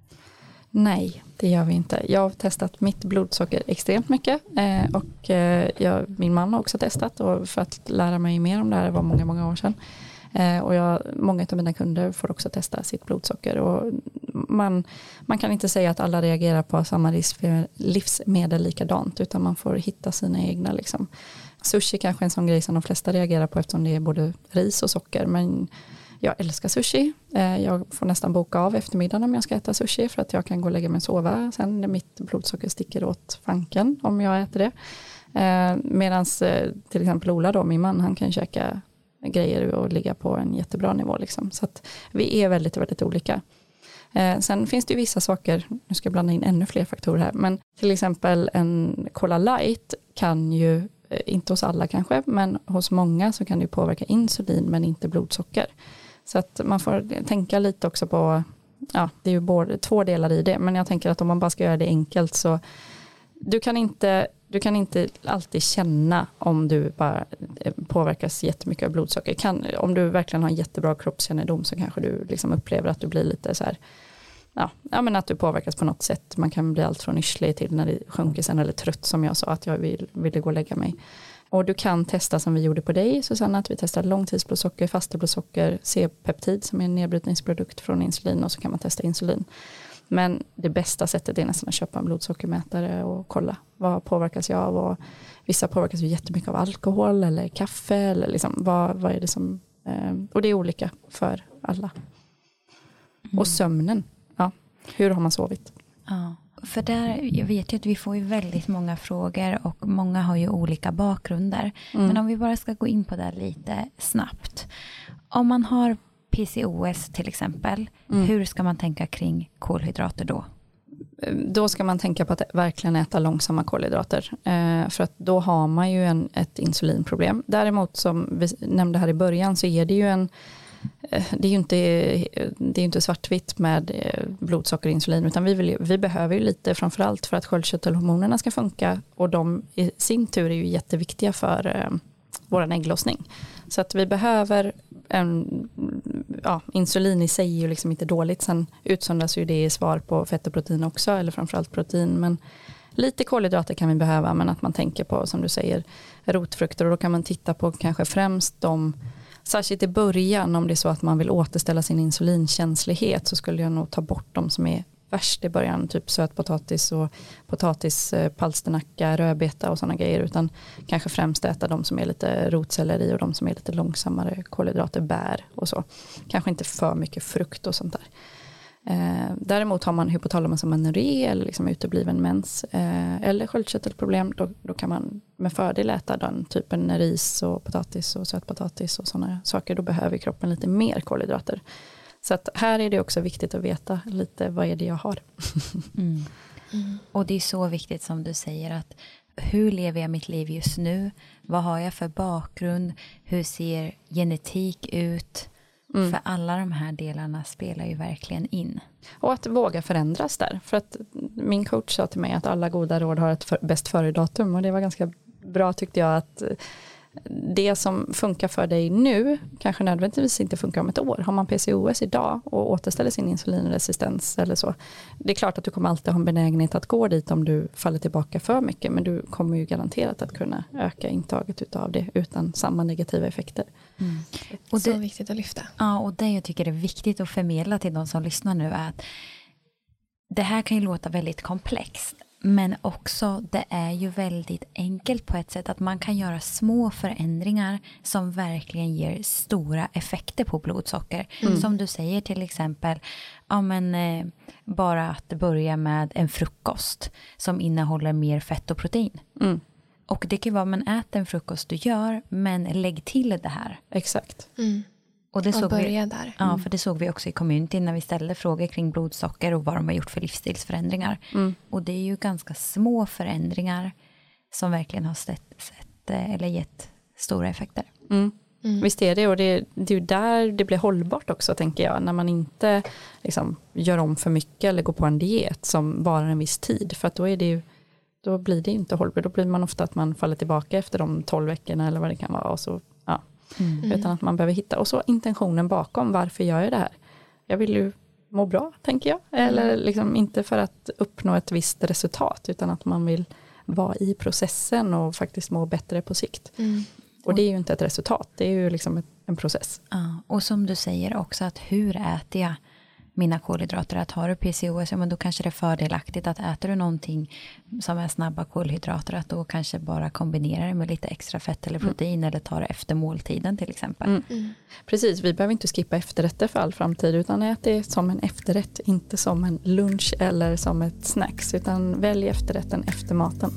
Speaker 1: Nej, det gör vi inte. Jag har testat mitt blodsocker extremt mycket, och min man har också testat, och för att lära mig mer om det här, det var många år sedan. Och många av mina kunder får också testa sitt blodsocker, och man kan inte säga att alla reagerar på samma livsmedel likadant, utan man får hitta sina egna liksom. Sushi kanske är en sån grej som de flesta reagerar på, eftersom det är både ris och socker, men jag älskar sushi. Jag får nästan boka av eftermiddagen om jag ska äta sushi, för att jag kan gå och lägga mig och sova sen när mitt blodsocker sticker åt fanken om jag äter det. Medan till exempel Ola då, min man, han kan käka grejer och ligga på en jättebra nivå liksom. Så att vi är väldigt, väldigt olika. Sen finns det ju vissa saker, nu ska jag blanda in ännu fler faktorer här, men till exempel en Cola Light kan ju, inte hos alla kanske, men hos många så kan det ju påverka insulin men inte blodsocker. Så att man får tänka lite också på, ja, det är ju både två delar i det, men jag tänker att om man bara ska göra det enkelt, så du kan inte alltid känna om du bara påverkas jättemycket av blodsocker. Om du verkligen har en jättebra kroppskännedom, så kanske du liksom upplever att du blir lite så här, ja men att du påverkas på något sätt. Man kan bli allt från yrslig till när det sjunker sen, eller trött, som jag sa att jag ville gå och lägga mig. Och du kan testa som vi gjorde på dig, Susanna, att vi testade långtidsblodsocker, fasta blodsocker, C-peptid som är en nedbrytningsprodukt från insulin, och så kan man testa insulin. Men det bästa sättet är nästan att köpa en blodsockermätare och kolla vad påverkas jag av, och vissa påverkas ju jättemycket av alkohol eller kaffe eller liksom, vad är det som, och det är olika för alla. Och sömnen, ja, hur har man sovit?
Speaker 3: Ja, för där, jag vet ju att vi får ju väldigt många frågor och många har ju olika bakgrunder. Men om vi bara ska gå in på det lite snabbt. Om man har PCOS till exempel, hur ska man tänka kring kolhydrater då?
Speaker 1: Då ska man tänka på att verkligen äta långsamma kolhydrater. För att då har man ju ett insulinproblem. Däremot som vi nämnde här i början så är det ju det är ju inte svartvitt med blodsocker och insulin, utan vi behöver ju lite, framförallt för att sköldkörtelhormonerna ska funka, och de i sin tur är ju jätteviktiga för vår ägglossning. Så att vi behöver insulin i sig är ju liksom inte dåligt. Sen utsöndras ju det i svar på fett och protein också, eller framförallt protein, men lite kolhydrater kan vi behöva, men att man tänker på, som du säger, rotfrukter, och då kan man titta på kanske främst särskilt i början, om det är så att man vill återställa sin insulinkänslighet, så skulle jag nog ta bort de som är värst i början, typ sötpotatis och potatis, palsternacka, rödbeta och sådana grejer, utan kanske främst äta de som är lite rotselleri och de som är lite långsammare kolhydrater, bär och så. Kanske inte för mycket frukt och sånt där. Däremot har man hypotalamusamenorré eller liksom utebliven mens eller sköldkörtelproblem, då kan man med fördel äta den typen ris och potatis och sötpotatis och sådana saker. Då behöver kroppen lite mer kolhydrater. Så att här är det också viktigt att veta lite vad är det jag har.
Speaker 3: Och det är så viktigt som du säger, att hur lever jag mitt liv just nu? Vad har jag för bakgrund? Hur ser genetik ut? För alla de här delarna spelar ju verkligen in.
Speaker 1: Och att våga förändras där. För att min coach sa till mig att alla goda råd har ett bäst före-datum. Och det var ganska bra, tyckte jag, att det som funkar för dig nu kanske nödvändigtvis inte funkar om ett år. Har man PCOS idag och återställer sin insulinresistens eller så, det är klart att du kommer alltid ha en benägenhet att gå dit om du faller tillbaka för mycket, men du kommer ju garanterat att kunna öka intaget utav det utan samma negativa effekter.
Speaker 2: Och det är viktigt att lyfta.
Speaker 3: Ja, och det jag tycker är viktigt att förmedla till de som lyssnar nu är att det här kan ju låta väldigt komplext, men också det är ju väldigt enkelt på ett sätt, att man kan göra små förändringar som verkligen ger stora effekter på blodsocker. Som du säger, till exempel bara att börja med en frukost som innehåller mer fett och protein. Och det kan vara, men ät en frukost du gör, men lägg till det här.
Speaker 1: Exakt.
Speaker 3: Och det såg
Speaker 2: börja
Speaker 3: vi,
Speaker 2: där.
Speaker 3: Ja, för det såg vi också i community när vi ställde frågor kring blodsocker och vad de har gjort för livsstilsförändringar. Och det är ju ganska små förändringar som verkligen har gett stora effekter.
Speaker 1: Visst är det, och det är ju där det blir hållbart också, tänker jag, när man inte liksom gör om för mycket eller går på en diet som varar en viss tid, för att då blir det inte hållbart. Då blir man ofta att man faller tillbaka efter de 12 veckorna eller vad det kan vara, och så utan att man behöver hitta. Och så intentionen bakom, varför gör jag det här? Jag vill ju må bra, tänker jag. Eller liksom inte för att uppnå ett visst resultat, utan att man vill vara i processen och faktiskt må bättre på sikt. Och det är ju inte ett resultat, det är ju liksom en process.
Speaker 3: Ja, och som du säger också, att hur äter jag mina kolhydrater? Att har du PCOS, men då kanske det är fördelaktigt att äter du någonting som är snabba kolhydrater, att då kanske bara kombinera det med lite extra fett eller protein, eller ta det efter måltiden till exempel.
Speaker 1: Precis, vi behöver inte skippa efterrätter för all framtid, utan ät det som en efterrätt, inte som en lunch eller som ett snacks, utan välj efterrätten efter maten.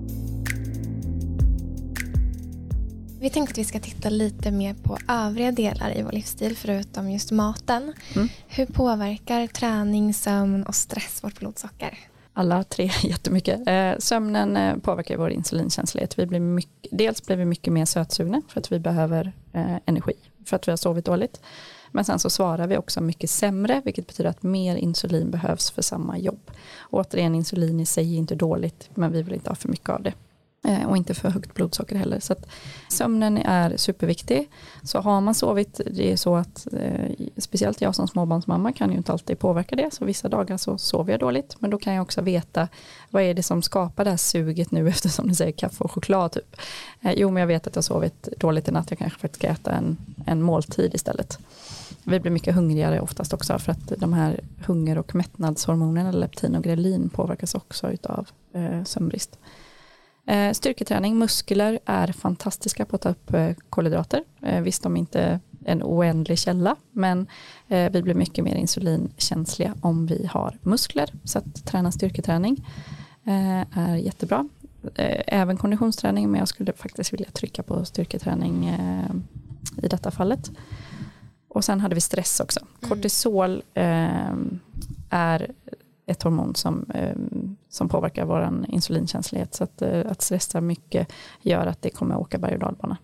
Speaker 2: Vi tänkte att vi ska titta lite mer på övriga delar i vår livsstil förutom just maten. Hur påverkar träning, sömn och stress vårt blodsocker?
Speaker 1: Alla tre jättemycket. Sömnen påverkar vår insulinkänslighet. Dels blir vi mycket mer sötsugna för att vi behöver energi för att vi har sovit dåligt. Men sen så svarar vi också mycket sämre, vilket betyder att mer insulin behövs för samma jobb. Och återigen, insulin i sig är inte dåligt, men vi vill inte ha för mycket av det. Och inte för högt blodsocker heller. Så att sömnen är superviktig. Så har man sovit, det är så att speciellt jag som småbarnsmamma kan ju inte alltid påverka det. Så vissa dagar så sover jag dåligt. Men då kan jag också veta vad är det som skapar det här suget nu eftersom du säger kaffe och choklad typ. Jo, men jag vet att jag har sovit dåligt i natt. Jag kanske faktiskt ska äta en måltid istället. Vi blir mycket hungrigare oftast också för att de här hunger- och mättnadshormonerna, leptin och grelin, påverkas också utav sömnbrist. Styrketräning, muskler är fantastiska på att ta upp kolhydrater. Visst, de är inte en oändlig källa, men vi blir mycket mer insulinkänsliga om vi har muskler. Så att träna styrketräning är jättebra. Även konditionsträning, men jag skulle faktiskt vilja trycka på styrketräning i detta fallet. Och sen hade vi stress också. Kortisol är ett hormon som påverkar vår insulinkänslighet. Så att stressa mycket gör att det kommer åka berg- och dalbana.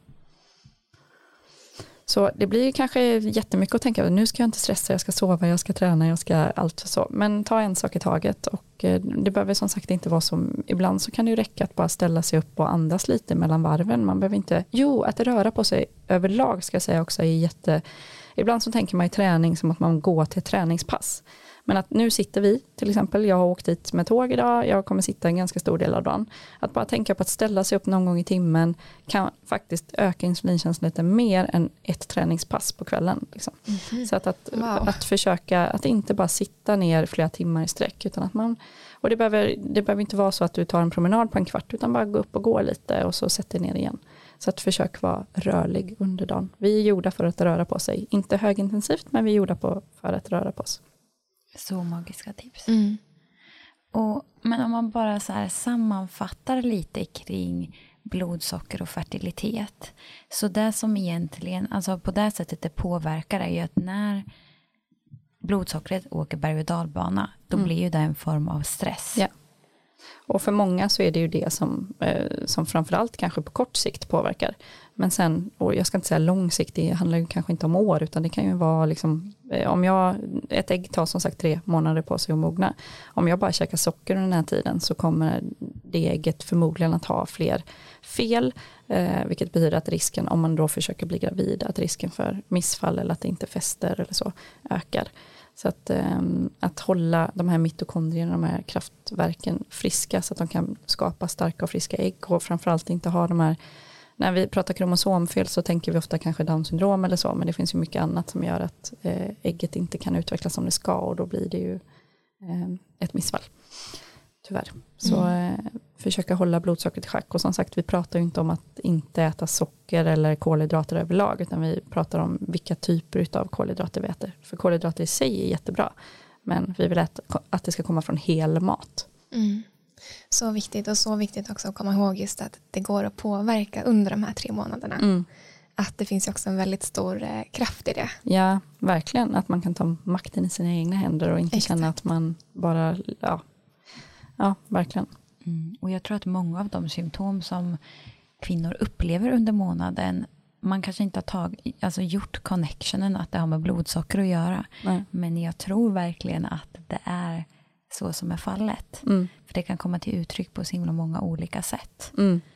Speaker 1: Så det blir kanske jättemycket att tänka. Nu ska jag inte stressa, jag ska sova, jag ska träna, jag ska allt så. Men ta en sak i taget. Och det behöver som sagt inte vara som... Ibland så kan det ju räcka att bara ställa sig upp och andas lite mellan varven. Man behöver inte... att röra på sig överlag ska jag säga också är jätte... Ibland så tänker man i träning som att man går till ett träningspass. Men att nu sitter vi, till exempel, jag har åkt dit med tåg idag, jag kommer sitta en ganska stor del av dagen. Att bara tänka på att ställa sig upp någon gång i timmen kan faktiskt öka insulinkänsligheten mer än ett träningspass på kvällen. Liksom. Så att försöka att inte bara sitta ner flera timmar i sträck, utan att man, och det behöver inte vara så att du tar en promenad på en kvart, utan bara gå upp och gå lite och så sätter ner igen. Så att försök vara rörlig under dagen. Vi är gjorda för att röra på sig, inte högintensivt, men vi är gjorda för att röra på oss.
Speaker 3: Så magiska tips. Men om man bara så här sammanfattar lite kring blodsocker och fertilitet. Så det som egentligen, alltså på det sättet det påverkar är ju att när blodsockret åker berg- och dalbana, då blir ju det en form av stress.
Speaker 1: Ja. Och för många så är det ju det som framförallt kanske på kort sikt påverkar. Men sen, och jag ska inte säga lång sikt, det handlar ju kanske inte om år, utan det kan ju vara liksom, ett ägg tar som sagt 3 månader på sig att mogna. Om jag bara käkar socker under den här tiden så kommer det ägget förmodligen att ha fler fel, vilket betyder att risken, om man då försöker bli gravid, att risken för missfall eller att det inte fäster eller så ökar. Så att hålla de här mitokondrierna, de här kraftverken friska så att de kan skapa starka och friska ägg, och framförallt inte ha de här, när vi pratar kromosomfel så tänker vi ofta kanske Downs syndrom eller så, men det finns ju mycket annat som gör att ägget inte kan utvecklas som det ska, och då blir det ju ett missfall. Tyvärr. Så försöka hålla blodsockret i schack. Och som sagt, vi pratar ju inte om att inte äta socker eller kolhydrater överlag, utan vi pratar om vilka typer av kolhydrater vi äter. För kolhydrater i sig är jättebra, men vi vill att det ska komma från hel mat.
Speaker 2: Så viktigt, och så viktigt också att komma ihåg just att det går att påverka under de här 3 månaderna. Att det finns också en väldigt stor kraft i det.
Speaker 1: Ja, verkligen. Att man kan ta makten i sina egna händer och inte känna att man bara... Ja, verkligen.
Speaker 3: Och jag tror att många av de symptom som kvinnor upplever under månaden, man kanske inte har gjort connectionen att det har med blodsocker att göra. Nej. Men jag tror verkligen att det är så som är fallet. För det kan komma till uttryck på så himla många olika sätt.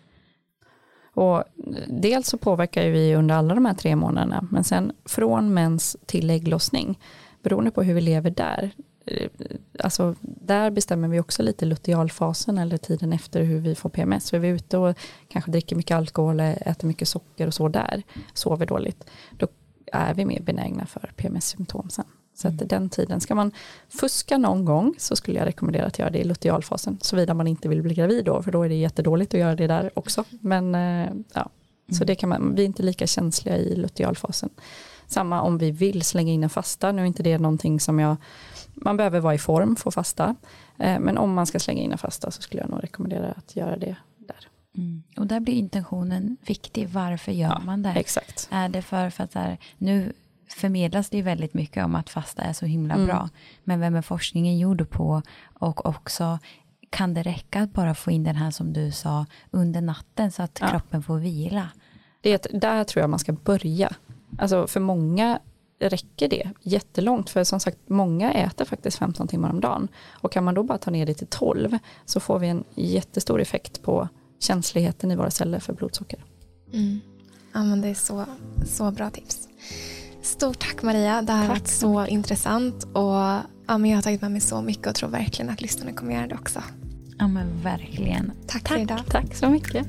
Speaker 1: Och dels så påverkar vi under alla de här 3 månaderna, men sen från mens till ägglossning, beroende på hur vi lever där, alltså där bestämmer vi också lite lutealfasen eller tiden efter hur vi får PMS. Så är vi ute och kanske dricker mycket alkohol, äter mycket socker och så där, sover dåligt, då är vi mer benägna för PMS-symptom sen. Så att den tiden, ska man fuska någon gång så skulle jag rekommendera att göra det i lutealfasen, såvida man inte vill bli gravid då, för då är det jättedåligt att göra det där också. Men så det kan man, vi är inte lika känsliga i lutealfasen. Samma om vi vill slänga in en fasta, nu är inte det någonting som man behöver vara i form för att fasta, men om man ska slänga in en fasta så skulle jag nog rekommendera att göra det där.
Speaker 3: Och där blir intentionen viktig, varför gör man det?
Speaker 1: Exakt.
Speaker 3: Är det för att här, nu förmedlas det väldigt mycket om att fasta är så himla bra, men vem är forskningen gjord på, och också kan det räcka att bara få in den här som du sa under natten så att kroppen får vila?
Speaker 1: Där tror jag man ska börja. Alltså för många räcker det jättelångt, för som sagt många äter faktiskt 15 timmar om dagen, och kan man då bara ta ner det till 12 så får vi en jättestor effekt på känsligheten i våra celler för blodsocker.
Speaker 2: Ja, men det är så bra tips. Stort tack Maria, det här har varit så intressant och men jag har tagit med mig så mycket och tror verkligen att lyssnarna kommer göra det också.
Speaker 3: Ja men verkligen.
Speaker 2: Tack för idag.
Speaker 1: Tack så mycket.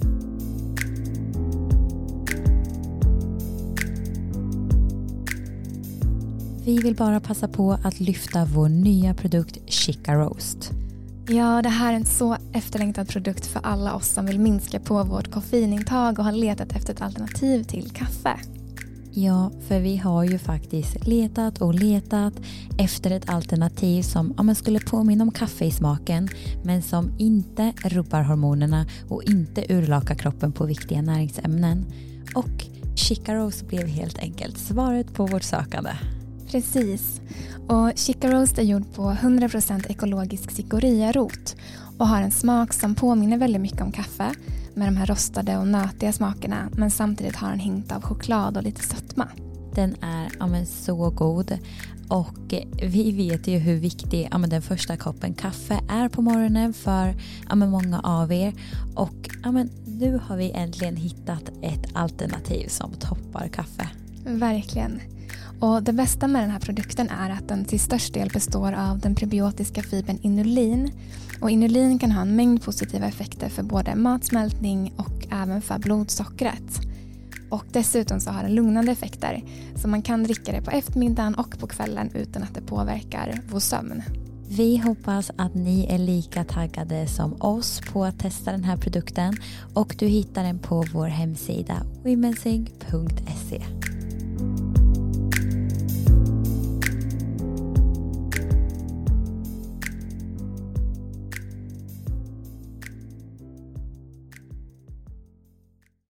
Speaker 3: Vi vill bara passa på att lyfta vår nya produkt Chica Roast.
Speaker 2: Ja, det här är en så efterlängtad produkt för alla oss som vill minska på vårt koffeinintag och har letat efter ett alternativ till kaffe.
Speaker 3: Ja, för vi har ju faktiskt letat efter ett alternativ som skulle påminna om kaffe i smaken, men som inte rubbar hormonerna och inte urlakar kroppen på viktiga näringsämnen. Och Chica Roast blev helt enkelt svaret på vårt sökande.
Speaker 2: Precis. Och Chica Roast är gjord på 100% ekologisk cikoria-rot och har en smak som påminner väldigt mycket om kaffe med de här rostade och nötiga smakerna, men samtidigt har en hint av choklad och lite sötma.
Speaker 3: Den är så god och vi vet ju hur viktig den första koppen kaffe är på morgonen för många av er, och nu har vi äntligen hittat ett alternativ som toppar kaffe.
Speaker 2: Verkligen. Och det bästa med den här produkten är att den till störst del består av den prebiotiska fibern inulin. Och inulin kan ha en mängd positiva effekter för både matsmältning och även för blodsockret. Och dessutom så har den lugnande effekter, så man kan dricka det på eftermiddagen och på kvällen utan att det påverkar vår sömn.
Speaker 3: Vi hoppas att ni är lika taggade som oss på att testa den här produkten, och du hittar den på vår hemsida womensync.se.